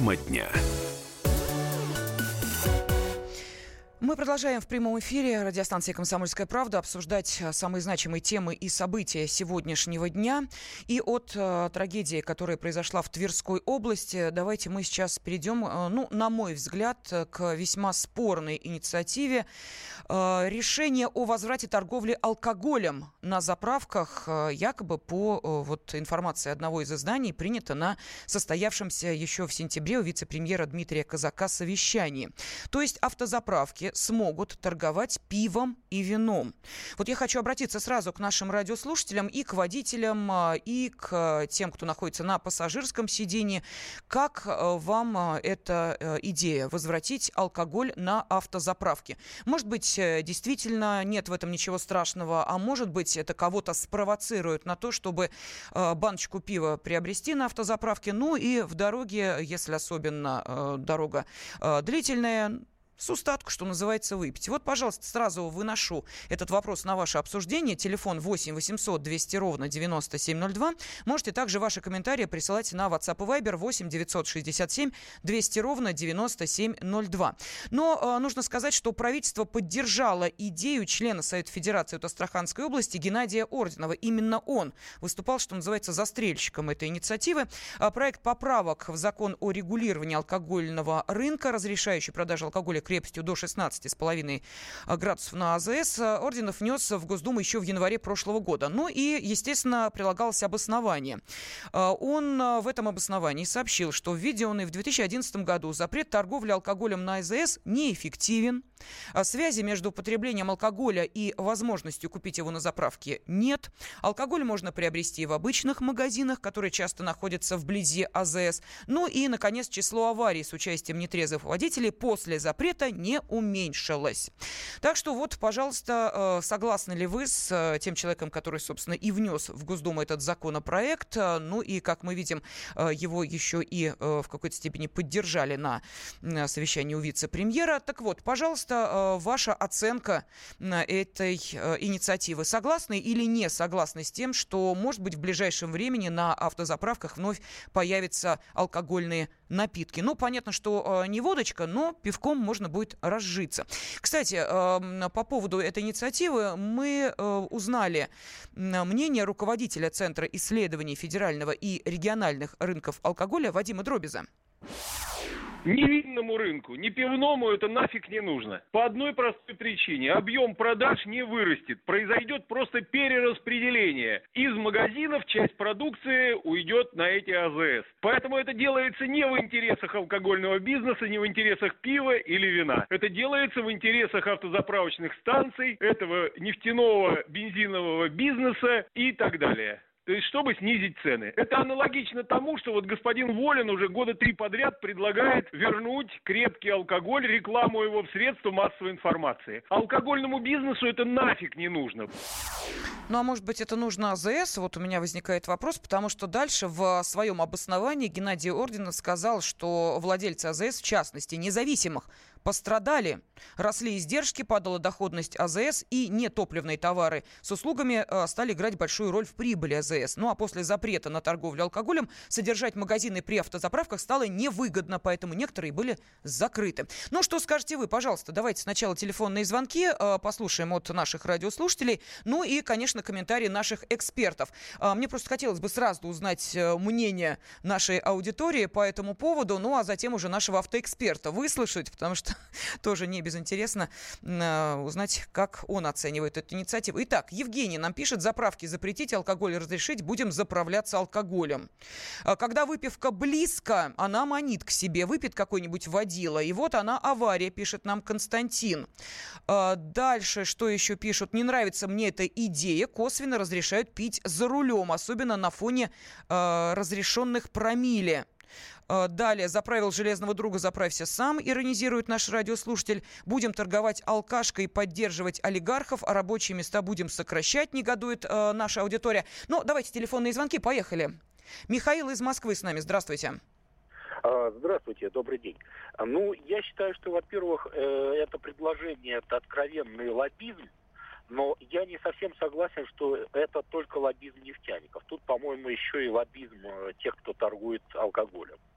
Тема дня. Мы продолжаем в прямом эфире радиостанции «Комсомольская правда» обсуждать самые значимые темы и события сегодняшнего дня. И от трагедии, которая произошла в Тверской области, давайте мы сейчас перейдем, на мой взгляд, к весьма спорной инициативе. Решение о возврате торговли алкоголем на заправках якобы по информации одного из изданий принято на состоявшемся еще в сентябре у вице-премьера Дмитрия Казака совещании. То есть автозаправки смогут торговать пивом и вином. Вот я хочу обратиться сразу к нашим радиослушателям и к водителям, и к тем, кто находится на пассажирском сидении. Как вам эта идея возвратить алкоголь на автозаправки? Может быть, действительно нет в этом ничего страшного, а может быть, это кого-то спровоцирует на то, чтобы баночку пива приобрести на автозаправке. Ну и в дороге, если особенно дорога длительная, с устатку, что называется, выпить. Вот, пожалуйста, сразу выношу этот вопрос на ваше обсуждение. Телефон 8 800 200 ровно 9702. Можете также ваши комментарии присылать на WhatsApp и Viber 8 967 200 ровно 9702. Но нужно сказать, что правительство поддержало идею члена Совета Федерации от Астраханской области Геннадия Орденова. Именно он выступал, что называется, застрельщиком этой инициативы. Проект поправок в закон о регулировании алкогольного рынка, разрешающий продажу алкоголя крепостью до 16,5 градусов на АЗС, Орденов внес в Госдуму еще в январе прошлого года. Ну и, естественно, прилагалось обоснование. Он в этом обосновании сообщил, что введенный в 2011 году запрет торговли алкоголем на АЗС неэффективен. Связи между употреблением алкоголя и возможностью купить его на заправке нет. Алкоголь можно приобрести в обычных магазинах, которые часто находятся вблизи АЗС. Ну и, наконец, число аварий с участием нетрезвых водителей после запрета не уменьшилось. Так что вот, пожалуйста, согласны ли вы с тем человеком, который, собственно, и внес в Госдуму этот законопроект? Ну и, как мы видим, его еще и в какой-то степени поддержали на совещании у вице-премьера. Так вот, пожалуйста, ваша оценка этой инициативы. Согласны или не согласны с тем, что, может быть, в ближайшем времени на автозаправках вновь появятся алкогольные напитки? Ну, понятно, что не водочка, но пивком можно будет разжиться. Кстати, по поводу этой инициативы мы узнали мнение руководителя Центра исследований федерального и региональных рынков алкоголя Вадима Дробиза. Невинному рынку, не пивному это нафиг не нужно. По одной простой причине. Объем продаж не вырастет. Произойдет просто перераспределение. Из магазинов часть продукции уйдет на эти АЗС. Поэтому это делается не в интересах алкогольного бизнеса, не в интересах пива или вина. Это делается в интересах автозаправочных станций, этого нефтяного бензинового бизнеса и так далее. То есть, чтобы снизить цены. Это аналогично тому, что вот господин Волин уже года 3 подряд предлагает вернуть крепкий алкоголь, рекламу его в средства массовой информации. Алкогольному бизнесу это нафиг не нужно. Ну, а может быть, это нужно АЗС? Вот у меня возникает вопрос, потому что дальше в своем обосновании Геннадий Орденов сказал, что владельцы АЗС, в частности, независимых, пострадали. Росли издержки, падала доходность АЗС, и нетопливные товары с услугами стали играть большую роль в прибыли АЗС. Ну, а после запрета на торговлю алкоголем содержать магазины при автозаправках стало невыгодно, поэтому некоторые были закрыты. Ну, что скажете вы? Пожалуйста, давайте сначала телефонные звонки послушаем от наших радиослушателей, ну и, конечно, комментарии наших экспертов. Мне просто хотелось бы сразу узнать мнение нашей аудитории по этому поводу, ну, а затем уже нашего автоэксперта выслушать, потому что тоже не безинтересно узнать, как он оценивает эту инициативу. Итак, Евгений нам пишет: заправки запретить, алкоголь разрешить, будем заправляться алкоголем. Когда выпивка близко, она манит к себе, выпьет какой-нибудь водила, и вот она авария, пишет нам Константин. Дальше, что еще пишут? Не нравится мне эта идея, косвенно разрешают пить за рулем, особенно на фоне разрешенных промилле. Далее, заправил железного друга, заправься сам, иронизирует наш радиослушатель. Будем торговать алкашкой и поддерживать олигархов, а рабочие места будем сокращать, негодует наша аудитория. Ну, давайте телефонные звонки, поехали. Михаил из Москвы с нами, здравствуйте. Здравствуйте, добрый день. Ну, я считаю, что, во-первых, это предложение, это откровенный лоббизм, но я не совсем согласен, что это только лоббизм нефтяников. Тут, по-моему, еще и лоббизм тех, кто торгует алкоголем.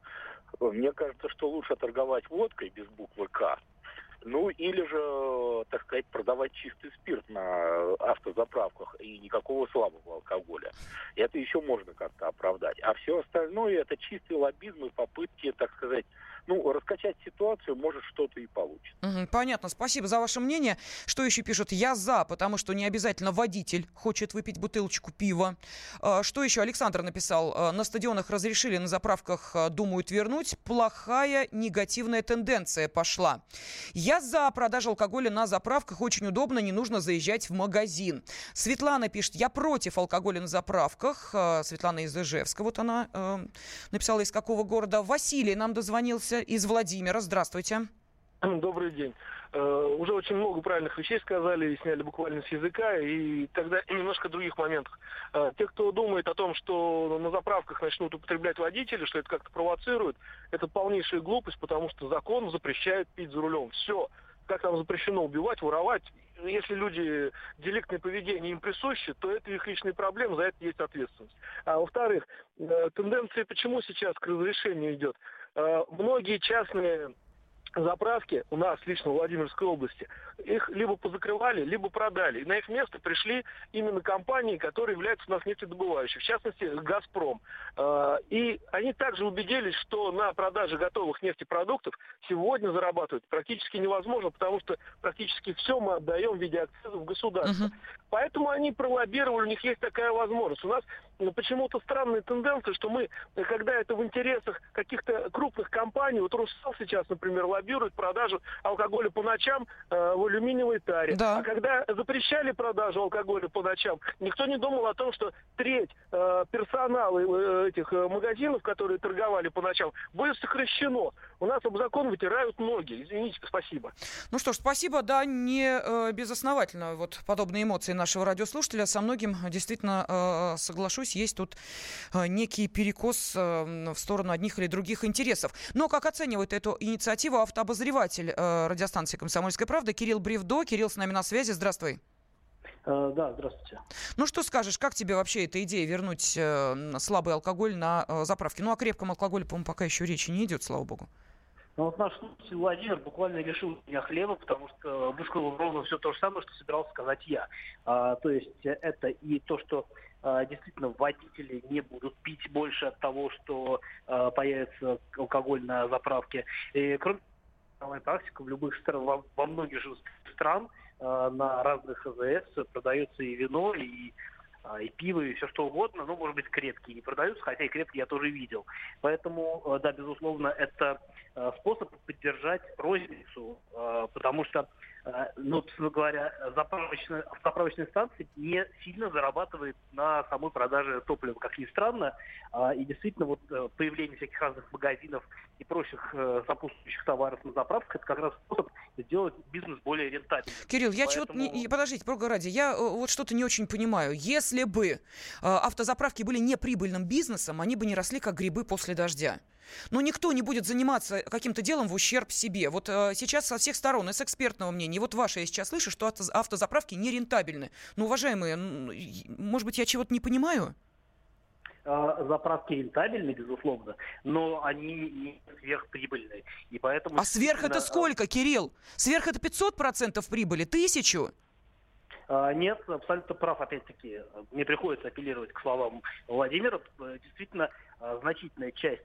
Мне кажется, что лучше торговать водкой без буквы «К». Ну, или же, так сказать, продавать чистый спирт на автозаправках и никакого слабого алкоголя. Это еще можно как-то оправдать. А все остальное — это чистый лоббизм и попытки, так сказать, раскачать ситуацию, может, что-то и получится. Понятно, спасибо за ваше мнение. Что еще пишут? Я за, потому что не обязательно водитель хочет выпить бутылочку пива. Что еще? Александр написал: на стадионах разрешили, на заправках думают вернуть. Плохая негативная тенденция пошла. Я за продажу алкоголя на заправках. Очень удобно, не нужно заезжать в магазин. Светлана пишет: я против алкоголя на заправках. Светлана из Ижевска. Вот она написала, из какого города. Василий нам дозвонился из Владимира. Здравствуйте. Добрый день. Уже очень много правильных вещей сказали и сняли буквально с языка, и тогда немножко других моментов. Те, кто думает о том, что на заправках начнут употреблять водители, что это как-то провоцирует, это полнейшая глупость, потому что закон запрещает пить за рулем. Все. Как нам запрещено убивать, воровать. Если люди, деликтное поведение им присуще, то это их личные проблемы, за это есть ответственность. А во-вторых, тенденция почему сейчас к разрешению идет? Многие частные заправки у нас лично в Владимирской области, их либо позакрывали, либо продали. И на их место пришли именно компании, которые являются у нас нефтедобывающими, в частности, «Газпром». И они также убедились, что на продаже готовых нефтепродуктов сегодня зарабатывать практически невозможно, потому что практически все мы отдаем в виде акцизов государству. Поэтому они пролоббировали, у них есть такая возможность. У нас почему-то странная тенденция, что мы, когда это в интересах каких-то крупных компаний, вот «Русал» сейчас, например, лоббирует продажу алкоголя по ночам в алюминиевой таре. Да. А когда запрещали продажу алкоголя по ночам, никто не думал о том, что треть персонала этих магазинов, которые торговали по ночам, будет сокращено. У нас об закон вытирают ноги. Извините, спасибо. Ну что ж, спасибо. Да, не безосновательно вот подобные эмоции нашего радиослушателя. Со многим действительно соглашусь. Есть тут некий перекос в сторону одних или других интересов. Но как оценивает эту инициативу автообозреватель радиостанции «Комсомольская правда» Кирилл Бревдо? Кирилл с нами на связи. Здравствуй. Да, здравствуйте. Ну что скажешь, как тебе вообще эта идея вернуть слабый алкоголь на заправке? Ну о крепком алкоголе, по-моему, пока еще речи не идет, слава богу. Ну вот наш слушатель Владимир буквально лишил меня хлеба, потому что высказал ровно все то же самое, что собирался сказать я. То есть это и то, что действительно водители не будут пить больше от того, что появится алкоголь на заправке. И кроме того, практика в любых странах, во многих же стран на разных АЗС продается и вино, и пиво, и все что угодно. Ну, может быть, крепкие не продаются, хотя и крепкие я тоже видел. Поэтому, да, безусловно, это способ поддержать розницу, потому что, ну, собственно говоря, заправочные станции не сильно зарабатывают на самой продаже топлива, как ни странно. И действительно, вот появление всяких разных магазинов и прочих сопутствующих товаров на заправках, это как раз способ сделать бизнес более рентабельным. Кирилл, я чего-то подождите, бога ради, я вот что-то не очень понимаю. Если бы автозаправки были неприбыльным бизнесом, они бы не росли, как грибы после дождя. Но никто не будет заниматься каким-то делом в ущерб себе. Вот сейчас со всех сторон, и с экспертного мнения, вот ваше я сейчас слышу, что автозаправки нерентабельны. Ну, уважаемые, может быть, я чего-то не понимаю? Заправки рентабельны, безусловно, но они не сверхприбыльные. И поэтому... А сверх это сколько, Кирилл? Сверх это 500% прибыли? 1000%? Нет, абсолютно прав, опять-таки. Мне приходится апеллировать к словам Владимира. Действительно, значительная часть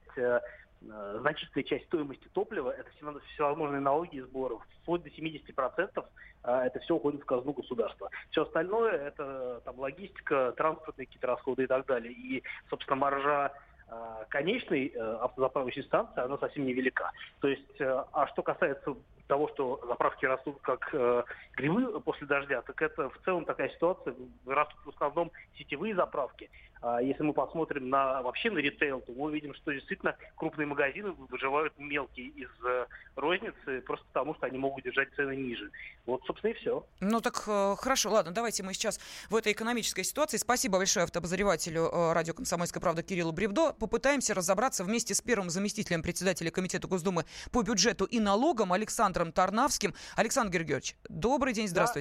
стоимости топлива – это всевозможные налоги и сборы. Вплоть до 70% это все уходит в казну государства. Все остальное – это там логистика, транспортные какие-то расходы и так далее. И, собственно, маржа конечной автозаправочной станции, она совсем невелика. То есть, а что касается того, что заправки растут как грибы после дождя, так это в целом такая ситуация. Растут в основном сетевые заправки. Если мы посмотрим вообще на ритейл, то мы увидим, что действительно крупные магазины выживают мелкие из розницы просто потому, что они могут держать цены ниже. Вот, собственно, и все. Ну так хорошо, ладно, давайте мы сейчас в этой экономической ситуации, спасибо большое автообозревателю радио «Комсомольская правда» Кириллу Бревдо, попытаемся разобраться вместе с первым заместителем председателя Комитета Госдумы по бюджету и налогам Александром Тарнавским. Александр Георгиевич, добрый день, здравствуйте.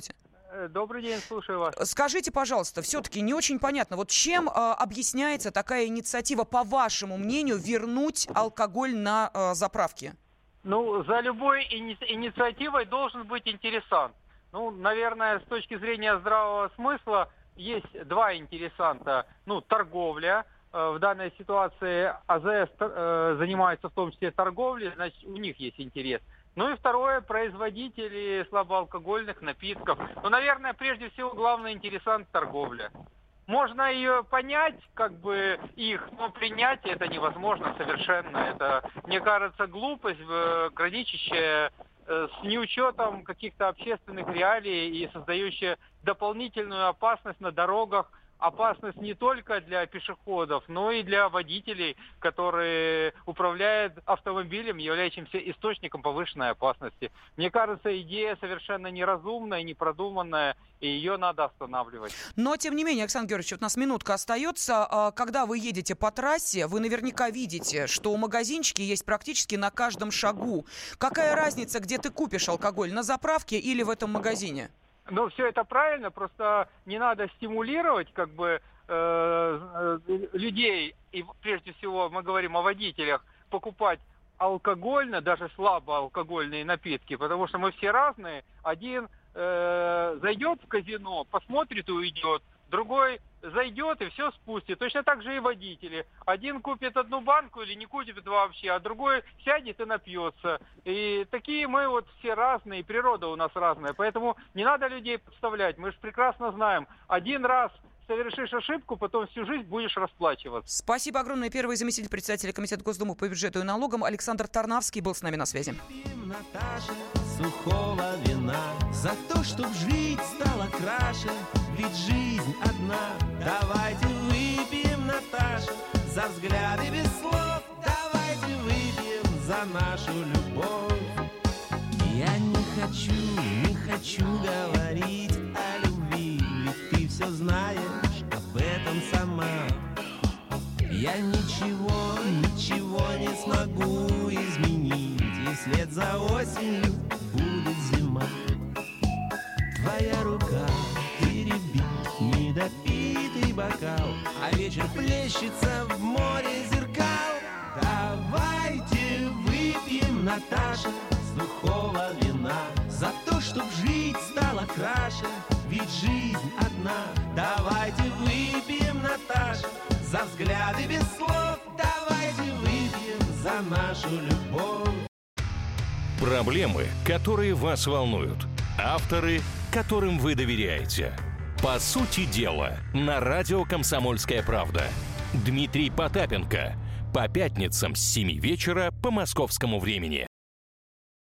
Добрый день, слушаю вас. Скажите, пожалуйста, все-таки не очень понятно, вот чем объясняется такая инициатива, по вашему мнению, вернуть алкоголь на заправки? Ну, за любой инициативой должен быть интересант. Ну, наверное, с точки зрения здравого смысла есть два интересанта. Ну, торговля. В данной ситуации АЗС занимается в том числе торговлей, значит, у них есть интерес. Ну и второе, производители слабоалкогольных напитков. Ну, наверное, прежде всего, главный интересант – торговля. Можно ее понять, как бы их, но принять это невозможно совершенно. Это, мне кажется, глупость, граничащая с неучетом каких-то общественных реалий и создающая дополнительную опасность на дорогах. Опасность не только для пешеходов, но и для водителей, которые управляют автомобилем, являющимся источником повышенной опасности. Мне кажется, идея совершенно неразумная, непродуманная, и ее надо останавливать. Но, тем не менее, Александр Георгиевич, у нас минутка остается. Когда вы едете по трассе, вы наверняка видите, что магазинчики есть практически на каждом шагу. Какая разница, где ты купишь алкоголь, на заправке или в этом магазине? Ну, все это правильно, просто не надо стимулировать как бы людей, и прежде всего мы говорим о водителях, покупать алкогольно, даже слабоалкогольные напитки, потому что мы все разные. Один зайдет в казино, посмотрит и уйдет, другой зайдет и все спустит. Точно так же и водители. Один купит одну банку или не купит вообще, а другой сядет и напьется. И такие мы вот все разные, природа у нас разная. Поэтому не надо людей подставлять. Мы же прекрасно знаем, один раз совершишь ошибку, потом всю жизнь будешь расплачиваться. Спасибо огромное. Первый заместитель председателя Комитета Госдумы по бюджету и налогам Александр Тарнавский был с нами на связи. Наташа, сухого вина за то, чтоб жить стало краше, ведь жизнь одна. Давайте выпьем, Наташа, за взгляды без слов. Давайте выпьем за нашу любовь. Я не хочу говорить о любви, ведь ты все знаешь об этом сама. Я ничего не смогу изменить, и вслед за осенью будет зима. Твоя рука теребит недопитый бокал, а вечер плещется в море зеркал. Давайте выпьем, Наташа, сухого вина за то, чтоб жить стало краше, ведь жизнь одна. Давайте выпьем, Наташа, за взгляды без слов. Давайте выпьем за нашу любовь. Проблемы, которые вас волнуют. Авторы, которым вы доверяете. По сути дела, на радио «Комсомольская правда». Дмитрий Потапенко. По пятницам с 7 вечера по московскому времени.